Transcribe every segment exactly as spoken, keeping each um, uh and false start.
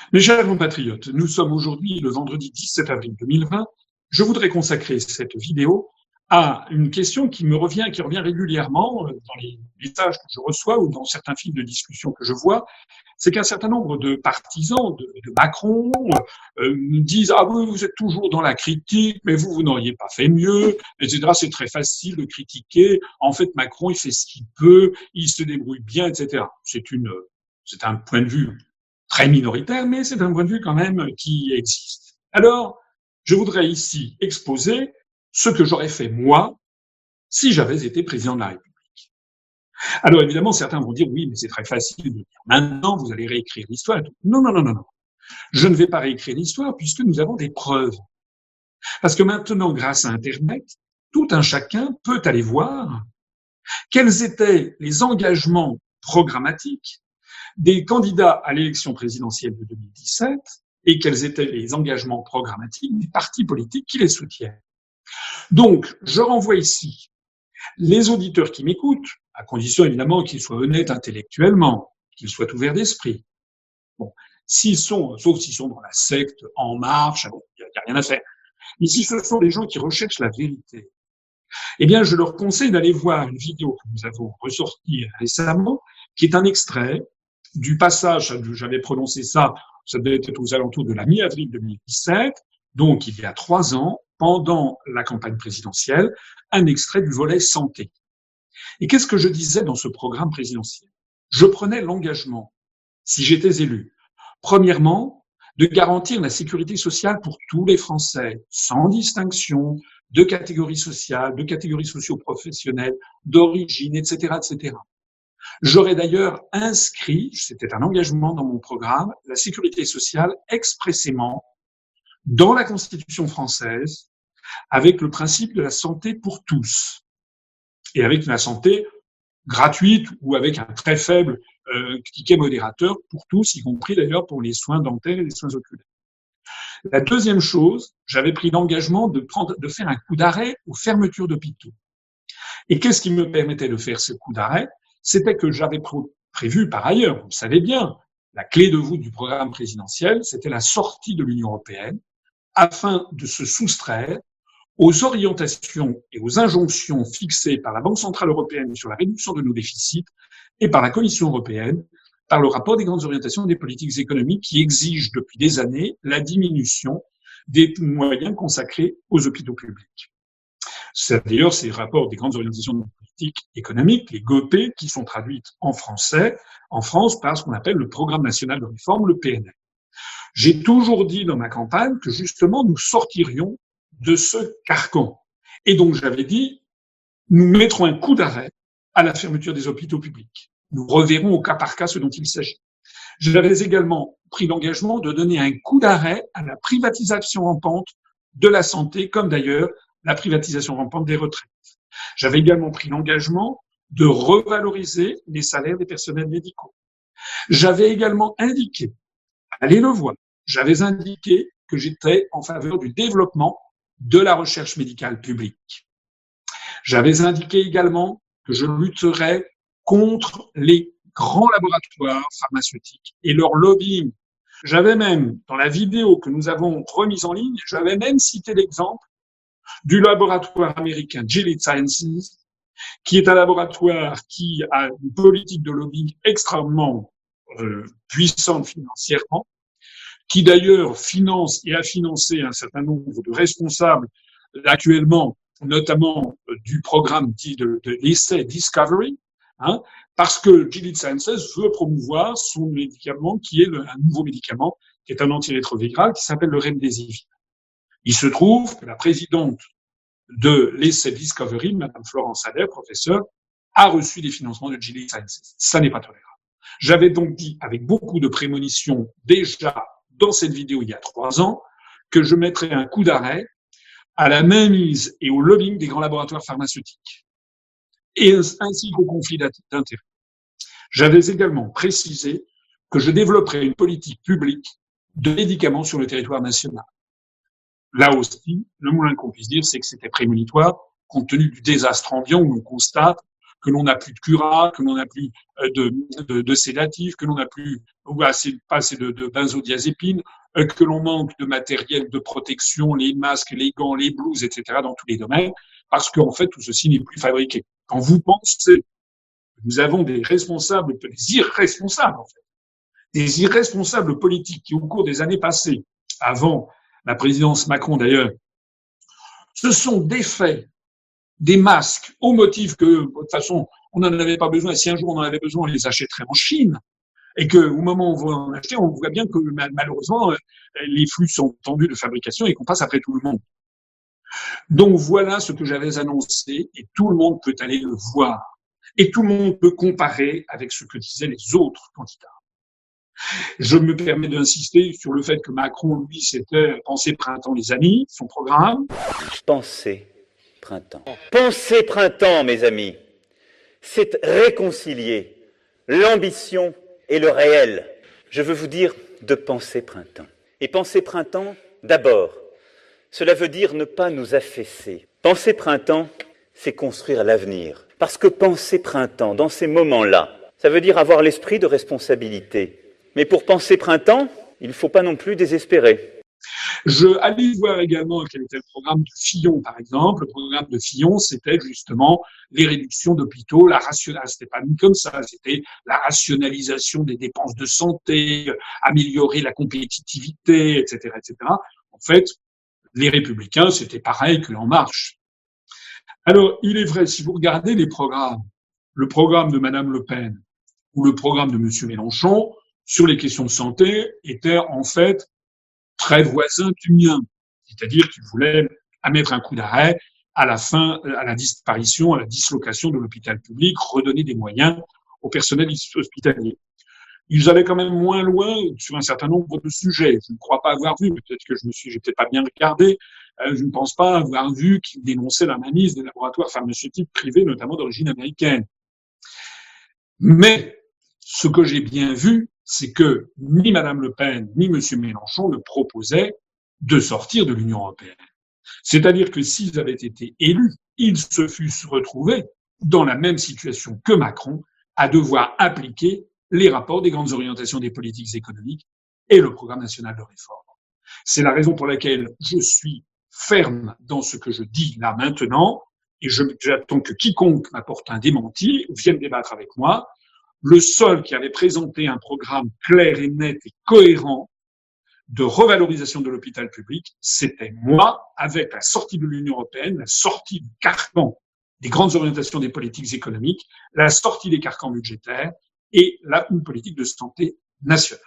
Mes chers compatriotes, nous sommes aujourd'hui le vendredi dix-sept avril deux mille vingt. Je voudrais consacrer cette vidéo à une question qui me revient, qui revient régulièrement dans les messages que je reçois ou dans certains fils de discussion que je vois. C'est qu'un certain nombre de partisans de, de Macron euh, me disent « Ah oui, vous êtes toujours dans la critique, mais vous, vous n'auriez pas fait mieux, et cetera. C'est très facile de critiquer. En fait, Macron, il fait ce qu'il peut, il se débrouille bien, et cetera » C'est une, c'est un point de vue très minoritaire, mais c'est un point de vue quand même qui existe. Alors, je voudrais ici exposer ce que j'aurais fait moi si j'avais été président de la République. Alors évidemment, certains vont dire oui, mais c'est très facile de dire maintenant vous allez réécrire l'histoire. Non, non, non, non, non. Je ne vais pas réécrire l'histoire puisque nous avons des preuves. Parce que maintenant, grâce à Internet, tout un chacun peut aller voir quels étaient les engagements programmatiques des candidats à l'élection présidentielle de deux mille dix-sept et quels étaient les engagements programmatiques des partis politiques qui les soutiennent. Donc, je renvoie ici les auditeurs qui m'écoutent, à condition évidemment qu'ils soient honnêtes intellectuellement, qu'ils soient ouverts d'esprit. Bon, s'ils sont, sauf s'ils sont dans la secte En Marche, bon, il n'y a, a rien à faire. Mais si ce sont des gens qui recherchent la vérité, eh bien, je leur conseille d'aller voir une vidéo que nous avons ressortie récemment, qui est un extrait du passage, j'avais prononcé ça, ça devait être aux alentours de la mi-avril deux mille dix-sept, donc il y a trois ans, pendant la campagne présidentielle, un extrait du volet santé. Et qu'est-ce que je disais dans ce programme présidentiel? Je prenais l'engagement, si j'étais élu, premièrement, de garantir la sécurité sociale pour tous les Français, sans distinction de catégories sociales, de catégories socio-professionnelles, d'origine, et cetera, et cetera. J'aurais d'ailleurs inscrit, c'était un engagement dans mon programme, la sécurité sociale expressément dans la Constitution française, avec le principe de la santé pour tous, et avec la santé gratuite ou avec un très faible euh, ticket modérateur pour tous, y compris d'ailleurs pour les soins dentaires et les soins oculaires. La deuxième chose, j'avais pris l'engagement de, prendre, de faire un coup d'arrêt aux fermetures d'hôpitaux. Et qu'est-ce qui me permettait de faire ce coup d'arrêt? C'était que j'avais prévu par ailleurs, vous le savez bien, la clé de voûte du programme présidentiel, c'était la sortie de l'Union européenne afin de se soustraire aux orientations et aux injonctions fixées par la Banque centrale européenne sur la réduction de nos déficits et par la Commission européenne par le rapport des grandes orientations des politiques économiques qui exige depuis des années la diminution des moyens consacrés aux hôpitaux publics. C'est d'ailleurs ces rapports des grandes orientations de politique économique, les G O P, qui sont traduites en français, en France, par ce qu'on appelle le Programme national de réforme, le P N R. J'ai toujours dit dans ma campagne que justement nous sortirions de ce carcan. Et donc j'avais dit, nous mettrons un coup d'arrêt à la fermeture des hôpitaux publics. Nous reverrons au cas par cas ce dont il s'agit. J'avais également pris l'engagement de donner un coup d'arrêt à la privatisation rampante de la santé, comme d'ailleurs la privatisation rampante des retraites. J'avais également pris l'engagement de revaloriser les salaires des personnels médicaux. J'avais également indiqué, allez le voir, j'avais indiqué que j'étais en faveur du développement de la recherche médicale publique. J'avais indiqué également que je lutterais contre les grands laboratoires pharmaceutiques et leur lobbying. J'avais même, dans la vidéo que nous avons remise en ligne, j'avais même cité l'exemple du laboratoire américain Gilead Sciences, qui est un laboratoire qui a une politique de lobbying extrêmement euh, puissante financièrement, qui d'ailleurs finance et a financé un certain nombre de responsables actuellement, notamment du programme de, de l'essai Discovery, hein, parce que Gilead Sciences veut promouvoir son médicament qui est le, un nouveau médicament, qui est un antirétroviral, qui s'appelle le Remdesivir. Il se trouve que la présidente de l'essai Discovery, Madame Florence Haller, professeure, a reçu des financements de Gilead Sciences. Ça n'est pas tolérable. J'avais donc dit, avec beaucoup de prémonitions, déjà dans cette vidéo il y a trois ans, que je mettrais un coup d'arrêt à la mainmise et au lobbying des grands laboratoires pharmaceutiques, et ainsi qu'au conflit d'intérêts. J'avais également précisé que je développerais une politique publique de médicaments sur le territoire national. Là aussi, le moins qu'on puisse dire, c'est que c'était prémonitoire, compte tenu du désastre ambiant où on constate que l'on n'a plus de cura, que l'on n'a plus de, de, de sédatifs, que l'on n'a plus ou assez, pas assez de, de benzodiazépines, euh, que l'on manque de matériel de protection, les masques, les gants, les blouses, et cetera dans tous les domaines, parce qu'en fait, tout ceci n'est plus fabriqué. Quand vous pensez que nous avons des responsables, des irresponsables, en fait, des irresponsables politiques qui, au cours des années passées, avant la présidence Macron d'ailleurs, se sont défaits des masques au motif que, de toute façon, on n'en avait pas besoin. Si un jour on en avait besoin, on les achèterait en Chine. Et que, au moment où on va en acheter, on voit bien que, malheureusement, les flux sont tendus de fabrication et qu'on passe après tout le monde. Donc voilà ce que j'avais annoncé et tout le monde peut aller le voir. Et tout le monde peut comparer avec ce que disaient les autres candidats. Je me permets d'insister sur le fait que Macron, lui, c'était Pensez printemps, les amis, son programme. Pensez printemps. Pensez printemps, mes amis. C'est réconcilier l'ambition et le réel. Je veux vous dire de penser printemps. Et penser printemps, d'abord, cela veut dire ne pas nous affaisser. Penser printemps, c'est construire l'avenir. Parce que penser printemps, dans ces moments-là, ça veut dire avoir l'esprit de responsabilité. Mais pour penser printemps, il ne faut pas non plus désespérer. Je allais voir également quel était le programme de Fillon, par exemple. Le programme de Fillon, c'était justement les réductions d'hôpitaux, la rationalisation, c'était pas mis comme ça, c'était la rationalisation des dépenses de santé, améliorer la compétitivité, et cetera, et cetera. En fait, les Républicains, c'était pareil que En Marche. Alors, il est vrai, si vous regardez les programmes, le programme de Madame Le Pen ou le programme de Monsieur Mélenchon, sur les questions de santé, était en fait très voisin du mien. C'est-à-dire qu'il voulait mettre un coup d'arrêt à la fin, à la disparition, à la dislocation de l'hôpital public, redonner des moyens au personnel hospitalier. Ils allaient quand même moins loin sur un certain nombre de sujets. Je ne crois pas avoir vu, peut-être que je me suis, j'ai peut-être pas bien regardé, euh, je ne pense pas avoir vu qu'ils dénonçaient la mainmise des laboratoires pharmaceutiques privés, notamment d'origine américaine. Mais ce que j'ai bien vu, c'est que ni Madame Le Pen ni Monsieur Mélenchon ne proposaient de sortir de l'Union européenne. C'est-à-dire que s'ils avaient été élus, ils se fussent retrouvés dans la même situation que Macron, à devoir appliquer les rapports des grandes orientations des politiques économiques et le programme national de réforme. C'est la raison pour laquelle je suis ferme dans ce que je dis là maintenant, et je, j'attends que quiconque m'apporte un démenti vienne débattre avec moi. Le seul qui avait présenté un programme clair et net et cohérent de revalorisation de l'hôpital public, c'était moi, avec la sortie de l'Union européenne, la sortie du carcan des grandes orientations des politiques économiques, la sortie des carcans budgétaires et la une politique de santé nationale.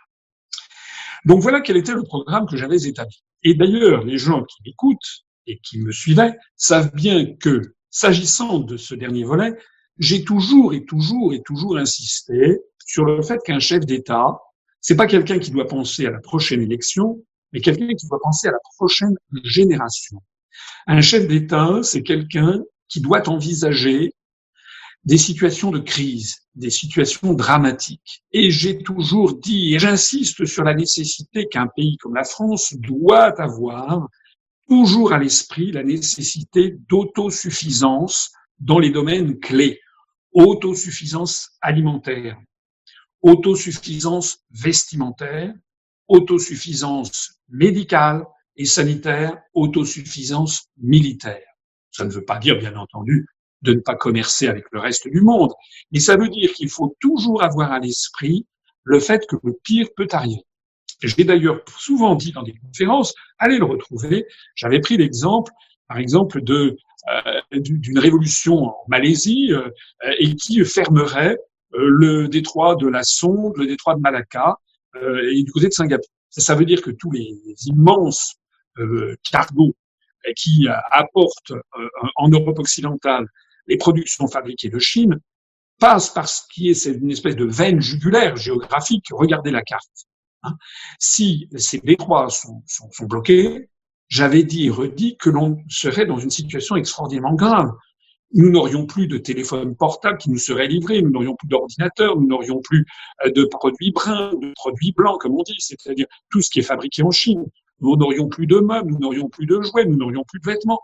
Donc voilà quel était le programme que j'avais établi. Et d'ailleurs, les gens qui m'écoutent et qui me suivaient savent bien que, s'agissant de ce dernier volet, j'ai toujours et toujours et toujours insisté sur le fait qu'un chef d'État, c'est pas quelqu'un qui doit penser à la prochaine élection, mais quelqu'un qui doit penser à la prochaine génération. Un chef d'État, c'est quelqu'un qui doit envisager des situations de crise, des situations dramatiques. Et j'ai toujours dit, et j'insiste sur la nécessité qu'un pays comme la France doit avoir toujours à l'esprit la nécessité d'autosuffisance dans les domaines clés. Autosuffisance alimentaire, autosuffisance vestimentaire, autosuffisance médicale et sanitaire, autosuffisance militaire. Ça ne veut pas dire, bien entendu, de ne pas commercer avec le reste du monde, mais ça veut dire qu'il faut toujours avoir à l'esprit le fait que le pire peut arriver. J'ai d'ailleurs souvent dit dans des conférences, allez le retrouver, j'avais pris l'exemple, par exemple, de euh, d'une révolution en Malaisie euh, et qui fermerait euh, le détroit de la Sonde, le détroit de Malacca euh, et du côté de Singapour. Ça, ça veut dire que tous les immenses euh, cargos qui euh, apportent euh, en Europe occidentale les productions fabriquées de Chine passent par ce qui est c'est une espèce de veine jugulaire géographique. Regardez la carte. Hein. Si ces détroits sont, sont, sont bloqués, j'avais dit et redit que l'on serait dans une situation extraordinairement grave. Nous n'aurions plus de téléphones portables qui nous seraient livrés, nous n'aurions plus d'ordinateurs, nous n'aurions plus de produits bruns, de produits blancs, comme on dit, c'est-à-dire tout ce qui est fabriqué en Chine. Nous n'aurions plus de meubles, nous n'aurions plus de jouets, nous n'aurions plus de vêtements.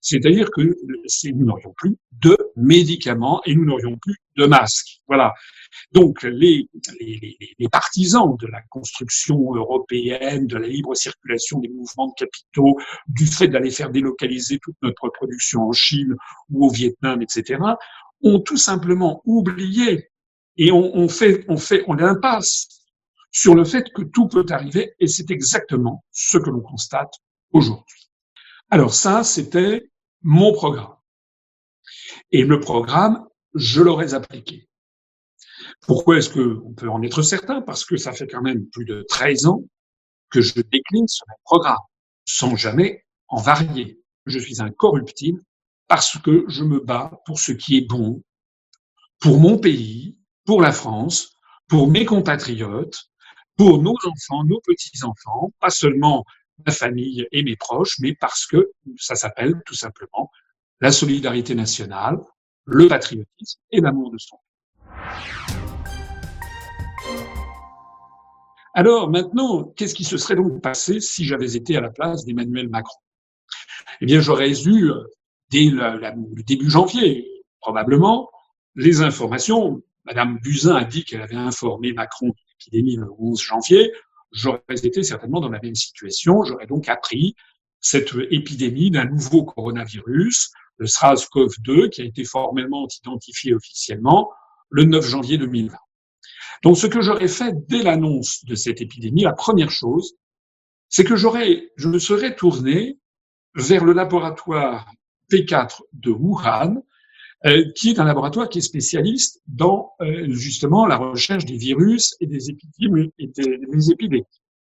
C'est-à-dire que nous n'aurions plus de médicaments et nous n'aurions plus de masques. Voilà. Donc les, les, les partisans de la construction européenne, de la libre circulation des mouvements de capitaux, du fait d'aller faire délocaliser toute notre production en Chine ou au Vietnam, et cetera, ont tout simplement oublié et on, on fait, on fait, on impasse sur le fait que tout peut arriver et c'est exactement ce que l'on constate aujourd'hui. Alors ça, c'était mon programme. Et le programme, je l'aurais appliqué. Pourquoi est-ce qu'on peut en être certain? Parce que ça fait quand même plus de treize ans que je décline ce même programme, sans jamais en varier. Je suis incorruptible parce que je me bats pour ce qui est bon, pour mon pays, pour la France, pour mes compatriotes, pour nos enfants, nos petits-enfants, pas seulement ma famille et mes proches, mais parce que ça s'appelle tout simplement la solidarité nationale, le patriotisme et l'amour de son pays. Alors maintenant, qu'est-ce qui se serait donc passé si j'avais été à la place d'Emmanuel Macron? Eh bien, j'aurais eu, dès le, la, le début janvier, probablement, les informations. Madame Buzyn a dit qu'elle avait informé Macron de l'épidémie le onze janvier. J'aurais été certainement dans la même situation. J'aurais donc appris cette épidémie d'un nouveau coronavirus, le SARS-CoV deux, qui a été formellement identifié officiellement le neuf janvier deux mille vingt. Donc, ce que j'aurais fait dès l'annonce de cette épidémie, la première chose, c'est que j'aurais, je me serais tourné vers le laboratoire P quatre de Wuhan, euh, qui est un laboratoire qui est spécialiste dans euh, justement la recherche des virus et des épidémies. Et des, des épidémies.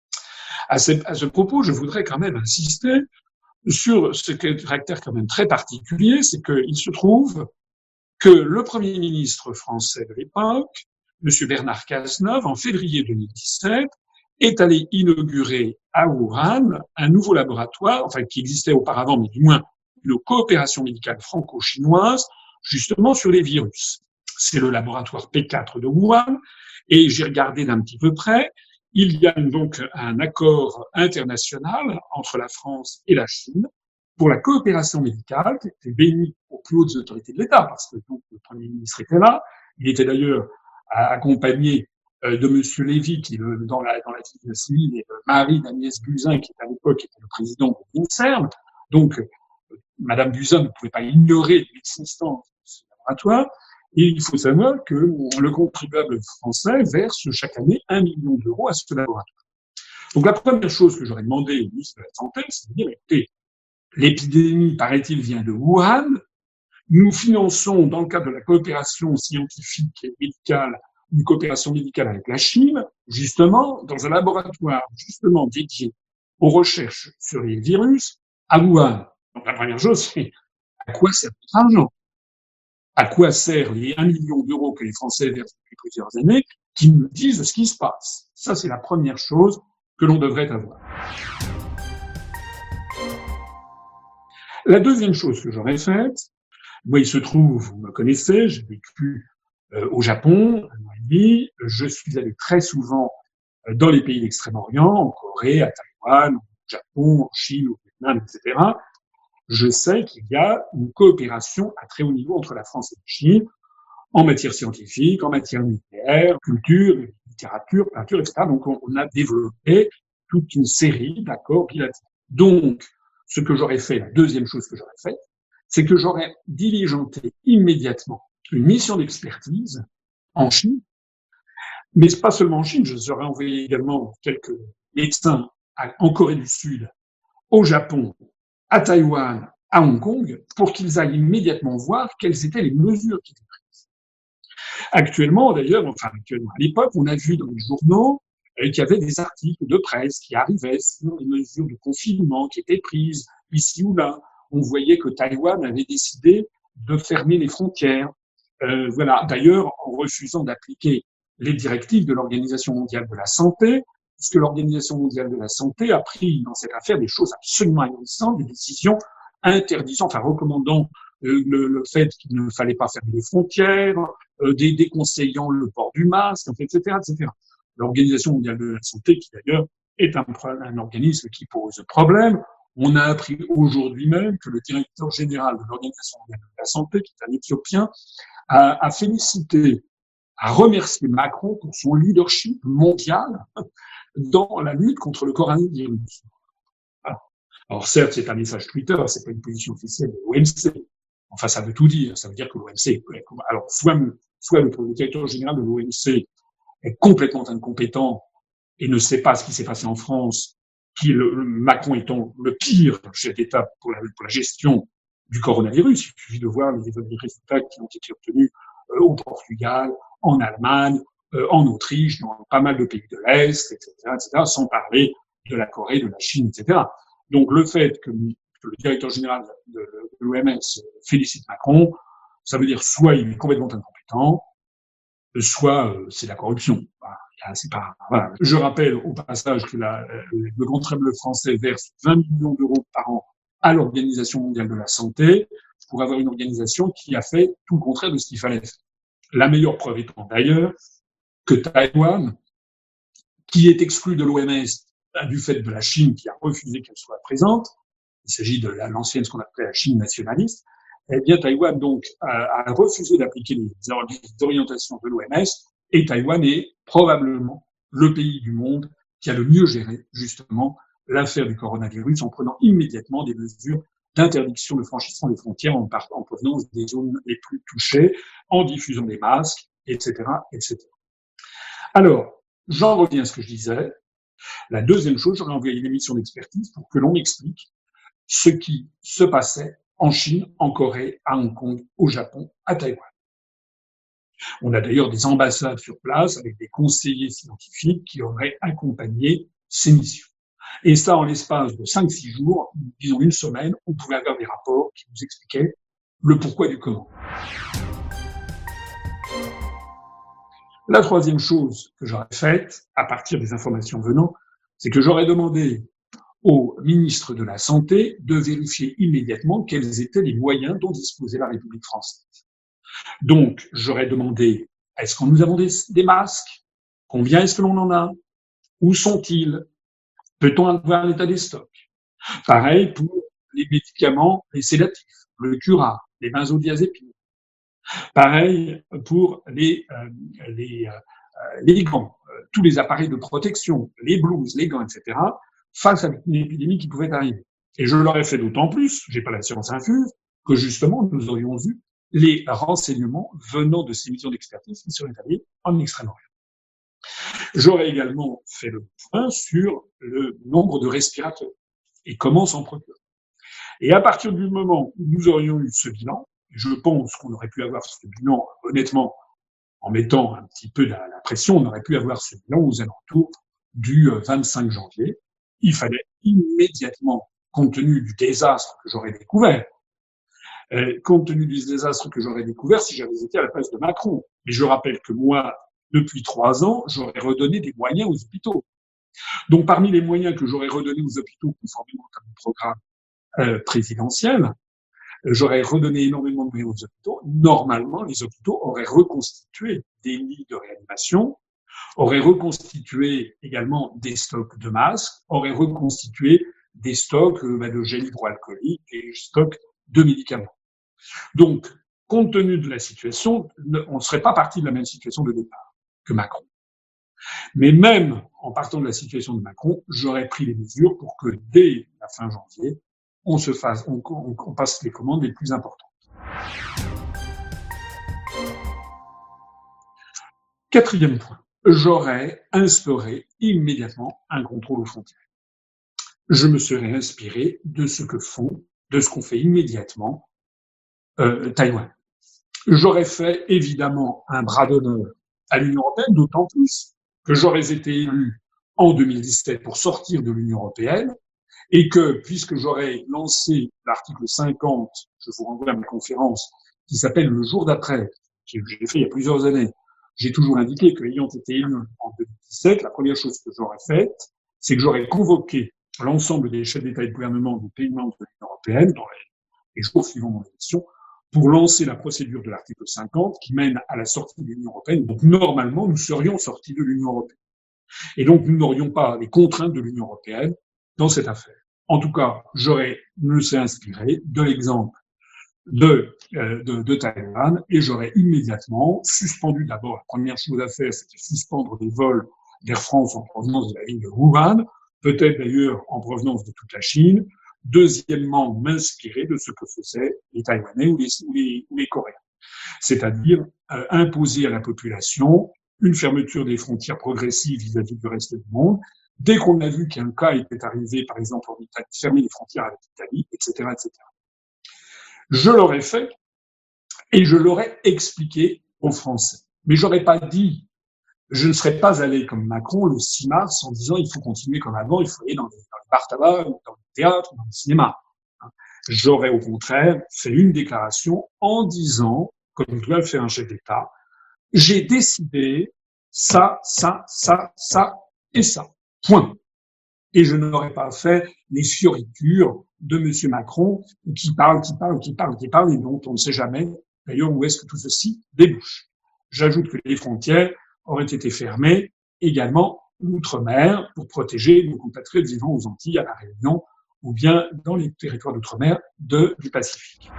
À, ce, à ce propos, je voudrais quand même insister sur ce caractère quand même très particulier, c'est qu'il se trouve que le Premier ministre français de l'époque, M. Bernard Cazeneuve, en février deux mille dix-sept, est allé inaugurer à Wuhan un nouveau laboratoire, enfin qui existait auparavant, mais du moins une coopération médicale franco-chinoise, justement sur les virus. C'est le laboratoire P quatre de Wuhan, et j'ai regardé d'un petit peu près. Il y a donc un accord international entre la France et la Chine pour la coopération médicale, qui a été béni aux plus hautes autorités de l'État, parce que donc, le Premier ministre était là. Il était d'ailleurs accompagné de Monsieur Lévy, qui dans la dans la vie civile, et de Marie d'Agnès Buzyn, qui à l'époque était le président de l'INSERM. Donc, Madame Buzyn ne pouvait pas ignorer l'existence de ce laboratoire. Et il faut savoir que le contribuable français verse chaque année un million d'euros à ce laboratoire. Donc, la première chose que j'aurais demandé au ministre de la Santé, c'est de dire, écoutez, l'épidémie, paraît-il, vient de Wuhan. Nous finançons, dans le cadre de la coopération scientifique et médicale, une coopération médicale avec la Chine, justement, dans un laboratoire justement dédié aux recherches sur les virus à Wuhan. Donc la première chose, c'est à quoi sert notre argent? À quoi sert les un million d'euros que les Français versent depuis plusieurs années, qui nous disent ce qui se passe? Ça, c'est la première chose que l'on devrait avoir. La deuxième chose que j'aurais faite, moi, il se trouve, vous me connaissez, j'ai vécu euh, au Japon un an et demi, je suis allé très souvent euh, dans les pays d'Extrême-Orient, en Corée, à Taïwan, au Japon, en Chine, au Vietnam, et cetera. Je sais qu'il y a une coopération à très haut niveau entre la France et la Chine en matière scientifique, en matière nucléaire, culture, littérature, peinture, et cetera. Donc, on, on a développé toute une série d'accords bilatéraux. Donc, ce que j'aurais fait, la deuxième chose que j'aurais faite, c'est que j'aurais diligenté immédiatement une mission d'expertise en Chine, mais pas seulement en Chine, je serais envoyé également quelques médecins en Corée du Sud, au Japon, à Taïwan, à Hong Kong, pour qu'ils aillent immédiatement voir quelles étaient les mesures qui étaient prises. Actuellement, d'ailleurs, enfin actuellement, à l'époque, on a vu dans les journaux qu'il y avait des articles de presse qui arrivaient sur les mesures de confinement qui étaient prises ici ou là. On voyait que Taïwan avait décidé de fermer les frontières. Euh, voilà. D'ailleurs, en refusant d'appliquer les directives de l'Organisation mondiale de la santé, puisque l'Organisation mondiale de la santé a pris dans cette affaire des choses absolument ahurissantes, des décisions interdisant, enfin recommandant euh, le, le fait qu'il ne fallait pas fermer les frontières, euh, des, déconseillant le port du masque, et cetera, et cetera. L'Organisation mondiale de la santé, qui d'ailleurs est un, un organisme qui pose problème, On a appris aujourd'hui même que le directeur général de l'Organisation mondiale de la santé, qui est un Éthiopien, a, a félicité, a remercié Macron pour son leadership mondial dans la lutte contre le coronavirus. Alors certes, c'est un message Twitter, c'est pas une position officielle de l'O M C. Enfin, ça veut tout dire. Ça veut dire que l'O M C, alors soit, soit le directeur général de l'O M C est complètement incompétent et ne sait pas ce qui s'est passé en France, qui le, le Macron étant le pire chef d'État pour la, pour la gestion du coronavirus. Il suffit de voir les, les résultats qui ont été obtenus euh, au Portugal, en Allemagne, euh, en Autriche, dans pas mal de pays de l'Est, et cetera, et cetera, sans parler de la Corée, de la Chine, et cetera. Donc le fait que, que le directeur général de, de l'O M S félicite Macron, ça veut dire soit il est complètement incompétent, soit euh, c'est la corruption. Voilà. C'est pas, voilà. Je rappelle au passage que la, le Grand Tremble français verse vingt millions d'euros par an à l'Organisation mondiale de la santé pour avoir une organisation qui a fait tout le contraire de ce qu'il fallait faire. La meilleure preuve étant d'ailleurs que Taïwan, qui est exclu de l'O M S du fait de la Chine qui a refusé qu'elle soit présente, il s'agit de l'ancienne, ce qu'on appelait la Chine nationaliste, eh bien Taïwan donc a, a refusé d'appliquer les orientations de l'O M S, et Taïwan est probablement le pays du monde qui a le mieux géré justement l'affaire du coronavirus en prenant immédiatement des mesures d'interdiction de franchissement des frontières en, part, en provenance des zones les plus touchées, en diffusant des masques, et cetera, et cetera. Alors, j'en reviens à ce que je disais. La deuxième chose, j'aurais envoyé une émission d'expertise pour que l'on m'explique ce qui se passait en Chine, en Corée, à Hong Kong, au Japon, à Taïwan. On a d'ailleurs des ambassades sur place avec des conseillers scientifiques qui auraient accompagné ces missions. Et ça, en l'espace de cinq six jours, disons une semaine, on pouvait avoir des rapports qui nous expliquaient le pourquoi du comment. La troisième chose que j'aurais faite, à partir des informations venant, c'est que j'aurais demandé au ministre de la Santé de vérifier immédiatement quels étaient les moyens dont disposait la République française. Donc, j'aurais demandé, est-ce que nous avons des, des masques? Combien est-ce que l'on en a? Où sont-ils? Peut-on avoir l'état des stocks? Pareil pour les médicaments, les sédatifs, le cura, les benzodiazépines. Pareil pour les, euh, les, euh, les gants, euh, tous les appareils de protection, les blouses, les gants, et cetera, face à une épidémie qui pouvait arriver. Et je l'aurais fait d'autant plus, j'ai pas la science infuse, que justement nous aurions eu les renseignements venant de ces missions d'expertise qui seraient établies en Extrême-Orient. J'aurais également fait le point sur le nombre de respirateurs et comment s'en procurer. Et à partir du moment où nous aurions eu ce bilan, je pense qu'on aurait pu avoir ce bilan, honnêtement, en mettant un petit peu la, la pression, on aurait pu avoir ce bilan aux alentours du vingt-cinq janvier. Il fallait immédiatement, compte tenu du désastre que j'aurais découvert, euh, compte tenu du désastre que j'aurais découvert si j'avais été à la place de Macron. Mais je rappelle que moi, depuis trois ans, j'aurais redonné des moyens aux hôpitaux. Donc, parmi les moyens que j'aurais redonnés aux hôpitaux, conformément à mon programme euh, présidentiel, j'aurais redonné énormément de moyens aux hôpitaux. Normalement, les hôpitaux auraient reconstitué des lits de réanimation, auraient reconstitué également des stocks de masques, auraient reconstitué des stocks euh, de gel hydroalcoolique, des stocks de médicaments. Donc, compte tenu de la situation, on ne serait pas parti de la même situation de départ que Macron. Mais même en partant de la situation de Macron, j'aurais pris les mesures pour que dès la fin janvier, on se fasse, on, on, on passe les commandes les plus importantes. Quatrième point, j'aurais instauré immédiatement un contrôle aux frontières. Je me serais inspiré de ce que font, de ce qu'on fait immédiatement euh, Taïwan. J'aurais fait évidemment un bras d'honneur à l'Union européenne, d'autant plus que j'aurais été élu en deux mille dix-sept pour sortir de l'Union européenne et que, puisque j'aurais lancé l'article cinquante, je vous renvoie à ma conférence qui s'appelle Le jour d'après, que j'ai fait il y a plusieurs années, j'ai toujours indiqué que, ayant été élu en deux mille dix-sept, la première chose que j'aurais faite, c'est que j'aurais convoqué l'ensemble des chefs d'État et de gouvernement des pays membres de l'Union européenne dans les, les jours suivant mon élection pour lancer la procédure de l'article cinquante qui mène à la sortie de l'Union européenne. Donc, normalement, nous serions sortis de l'Union européenne. Et donc, nous n'aurions pas les contraintes de l'Union européenne dans cette affaire. En tout cas, j'aurais me suis inspiré de l'exemple de, euh, de, de Taïwan et j'aurais immédiatement suspendu d'abord, la première chose à faire, c'était suspendre les vols d'Air France en provenance de la ligne de Wuhan, peut-être d'ailleurs en provenance de toute la Chine. Deuxièmement, m'inspirer de ce que faisaient les Taïwanais ou les, ou les, ou les Coréens. C'est-à-dire euh, imposer à la population une fermeture des frontières progressive vis-à-vis du reste du monde. Dès qu'on a vu qu'un cas était arrivé, par exemple, en Italie, fermer les frontières avec l'Italie, et cetera, et cetera. Je l'aurais fait et je l'aurais expliqué aux Français. Mais j'aurais pas dit, je ne serais pas allé comme Macron le six mars en disant il faut continuer comme avant, il faut aller dans les, dans les bars tabac, dans les théâtres, dans le cinéma. J'aurais au contraire fait une déclaration en disant, comme doit le faire un chef d'État, j'ai décidé ça, ça, ça, ça et ça. Point. Et je n'aurais pas fait les fioritures de M. Macron qui parle, qui parle, qui parle, qui parle et dont on ne sait jamais d'ailleurs où est-ce que tout ceci débouche. J'ajoute que les frontières auraient été fermées également l'outre-mer pour protéger nos compatriotes vivant aux Antilles, à la Réunion ou bien dans les territoires d'outre-mer de, du Pacifique.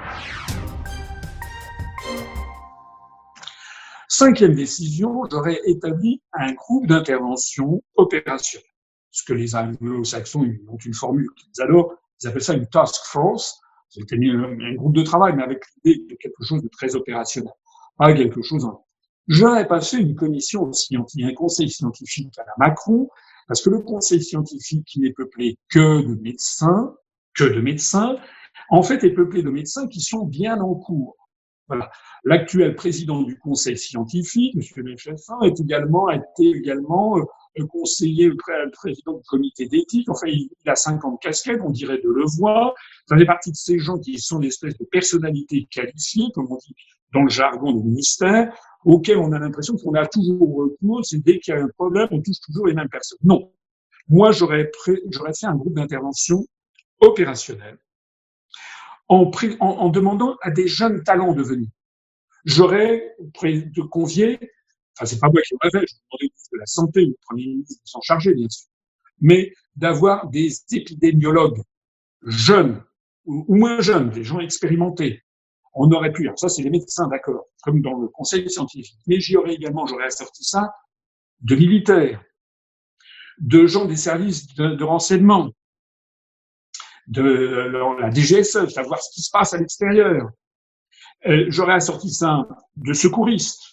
Cinquième décision, j'aurais établi un groupe d'intervention opérationnelle. Ce que les anglo-saxons ont une formule qu'ils adorent, ils appellent ça une task force. C'était un groupe de travail, mais avec l'idée de quelque chose de très opérationnel, pas quelque chose en... J'aurais passé une commission scientifique, un conseil scientifique à la Macron, parce que le conseil scientifique qui n'est peuplé que de médecins, que de médecins, en fait est peuplé de médecins qui sont bien en cours. Voilà. L'actuel président du conseil scientifique, M. Lechessin, est également, a été également euh, conseiller, le, pré- le président du comité d'éthique. Enfin, il, il a cinquante casquettes, on dirait de le voir. Ça fait partie de ces gens qui sont des espèces de personnalités qualifiées, comme on dit dans le jargon du ministère, auxquels on a l'impression qu'on a toujours recours. C'est dès qu'il y a un problème, on touche toujours les mêmes personnes. Non. Moi, j'aurais, pré- j'aurais fait un groupe d'intervention opérationnel en, pré- en, en demandant à des jeunes talents de venir. J'aurais de convier, enfin c'est pas moi qui l'aurais fait, je demandais au ministre de la Santé, le Premier ministre s'en chargeait bien sûr, mais d'avoir des épidémiologues jeunes ou, ou moins jeunes, des gens expérimentés. On aurait pu, alors ça c'est les médecins, d'accord, comme dans le conseil scientifique, mais j'y aurais également, j'aurais assorti ça de militaires, de gens des services de, de renseignement, de la D G S E, savoir ce qui se passe à l'extérieur. Euh, j'aurais assorti ça de secouristes,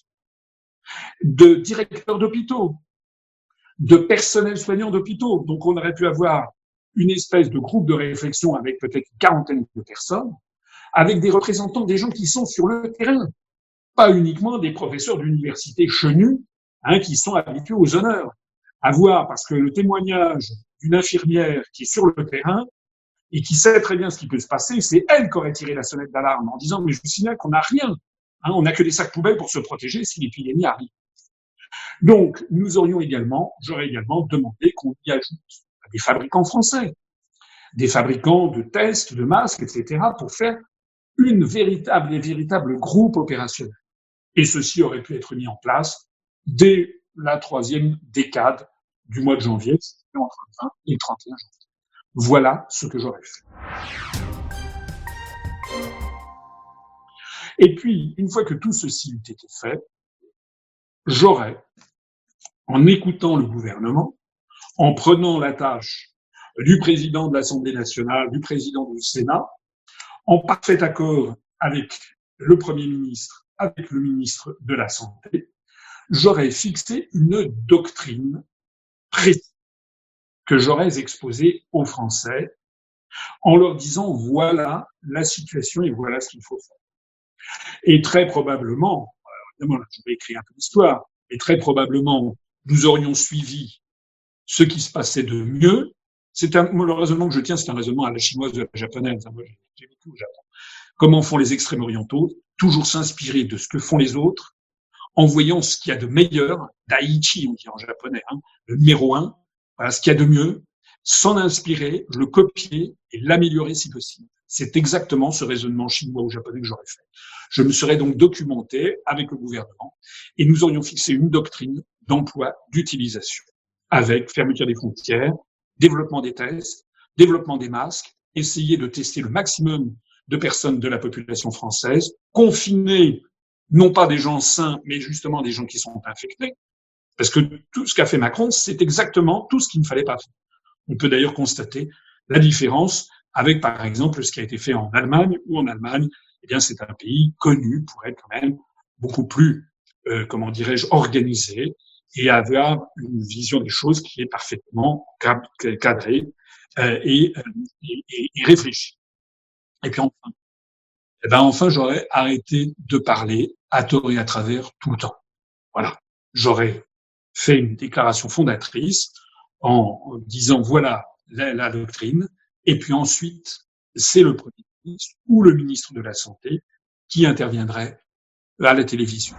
de directeurs d'hôpitaux, de personnel soignant d'hôpitaux. Donc on aurait pu avoir une espèce de groupe de réflexion avec peut-être une quarantaine de personnes, avec des représentants des gens qui sont sur le terrain, pas uniquement des professeurs d'université chenus, hein, qui sont habitués aux honneurs. À voir, parce que le témoignage d'une infirmière qui est sur le terrain et qui sait très bien ce qui peut se passer, c'est elle qui aurait tiré la sonnette d'alarme en disant « mais je vous signale qu'on n'a rien, hein, on n'a que des sacs poubelles pour se protéger si l'épidémie arrive ». Donc, nous aurions également, j'aurais également demandé qu'on y ajoute des fabricants français, des fabricants de tests, de masques, et cetera, pour faire une véritable et véritable groupe opérationnel. Et ceci aurait pu être mis en place dès la troisième décade du mois de janvier, entre le vingt et le trente et un janvier. Voilà ce que j'aurais fait. Et puis, une fois que tout ceci eut été fait, j'aurais, en écoutant le gouvernement, en prenant la tâche du président de l'Assemblée nationale, du président du Sénat, en parfait accord avec le Premier ministre, avec le ministre de la Santé, j'aurais fixé une doctrine précise que j'aurais exposée aux Français en leur disant voilà la situation et voilà ce qu'il faut faire. Et très probablement, évidemment, je vais écrire un peu l'histoire, et très probablement, nous aurions suivi ce qui se passait de mieux. C'est un, le raisonnement que je tiens, c'est un raisonnement à la chinoise ou à la japonaise. Moi, j'ai vécu au Japon. Comment font les extrêmes orientaux? Toujours s'inspirer de ce que font les autres, en voyant ce qu'il y a de meilleur, daiichi, on dit en japonais, hein, le numéro un, voilà ce qu'il y a de mieux, s'en inspirer, le copier et l'améliorer si possible. C'est exactement ce raisonnement chinois ou japonais que j'aurais fait. Je me serais donc documenté avec le gouvernement et nous aurions fixé une doctrine d'emploi, d'utilisation, avec fermeture des frontières, développement des tests, développement des masques, essayer de tester le maximum de personnes de la population française, confiner non pas des gens sains, mais justement des gens qui sont infectés, parce que tout ce qu'a fait Macron, c'est exactement tout ce qu'il ne fallait pas faire. On peut d'ailleurs constater la différence avec, par exemple, ce qui a été fait en Allemagne, où en Allemagne, eh bien, c'est un pays connu pour être quand même beaucoup plus, euh, comment dirais-je, organisé et avoir une vision des choses qui est parfaitement cadrée euh, et, et, et réfléchie. Et puis enfin, eh ben enfin, j'aurais arrêté de parler à tort et à travers tout le temps. Voilà, j'aurais fait une déclaration fondatrice en disant voilà la, la doctrine, et puis ensuite c'est le Premier ministre ou le ministre de la Santé qui interviendrait à la télévision.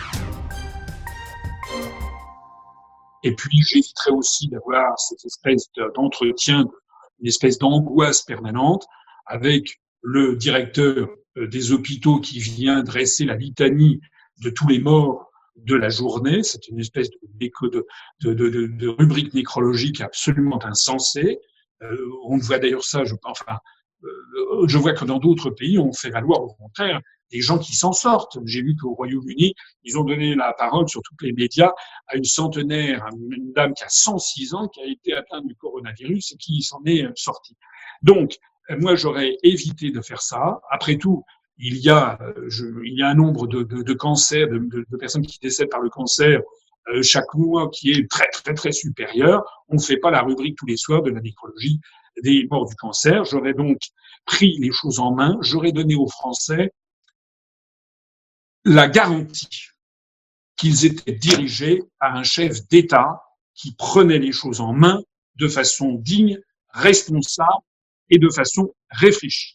Et puis j'éviterais aussi d'avoir cette espèce d'entretien, une espèce d'angoisse permanente avec le directeur des hôpitaux qui vient dresser la litanie de tous les morts de la journée. C'est une espèce de, de, de, de, de rubrique nécrologique absolument insensée. Euh, on voit d'ailleurs ça, je, enfin, euh, je vois que dans d'autres pays, on fait valoir au contraire des gens qui s'en sortent. J'ai vu qu'au Royaume-Uni, ils ont donné la parole sur tous les médias à une centenaire, une dame qui a cent six ans, qui a été atteinte du coronavirus et qui s'en est sortie. Donc, moi, j'aurais évité de faire ça. Après tout, il y a, je, il y a un nombre de, de, de cancers, de, de, de personnes qui décèdent par le cancer euh, chaque mois qui est très, très, très supérieur. On ne fait pas la rubrique tous les soirs de la nécrologie des morts du cancer. J'aurais donc pris les choses en main. J'aurais donné aux Français la garantie qu'ils étaient dirigés par un chef d'État qui prenait les choses en main de façon digne, responsable et de façon réfléchie.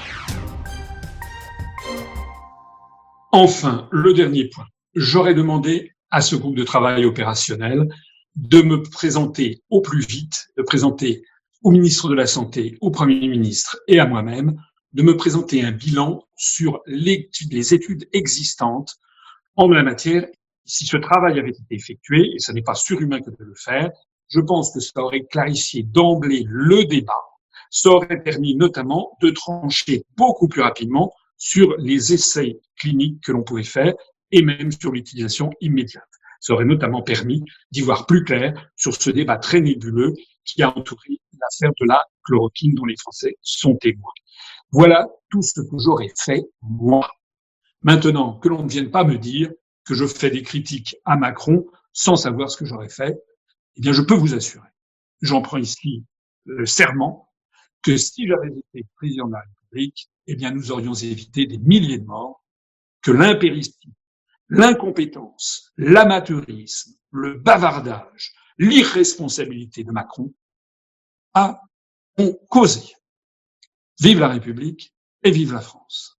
Enfin, le dernier point. J'aurais demandé à ce groupe de travail opérationnel de me présenter au plus vite, de présenter au ministre de la Santé, au Premier ministre et à moi-même, de me présenter un bilan sur l'étude, les études existantes en la matière. Si ce travail avait été effectué, et ce n'est pas surhumain que de le faire, je pense que ça aurait clarifié d'emblée le débat. Ça aurait permis notamment de trancher beaucoup plus rapidement sur les essais cliniques que l'on pouvait faire et même sur l'utilisation immédiate. Ça aurait notamment permis d'y voir plus clair sur ce débat très nébuleux qui a entouré l'affaire de la chloroquine dont les Français sont témoins. Voilà tout ce que j'aurais fait, moi. Maintenant, que l'on ne vienne pas me dire que je fais des critiques à Macron sans savoir ce que j'aurais fait, eh bien, je peux vous assurer, j'en prends ici le serment, que si j'avais été président de la République, eh bien, nous aurions évité des milliers de morts, que l'impéritie, l'incompétence, l'amateurisme, le bavardage, l'irresponsabilité de Macron a, ont causé. Vive la République et vive la France.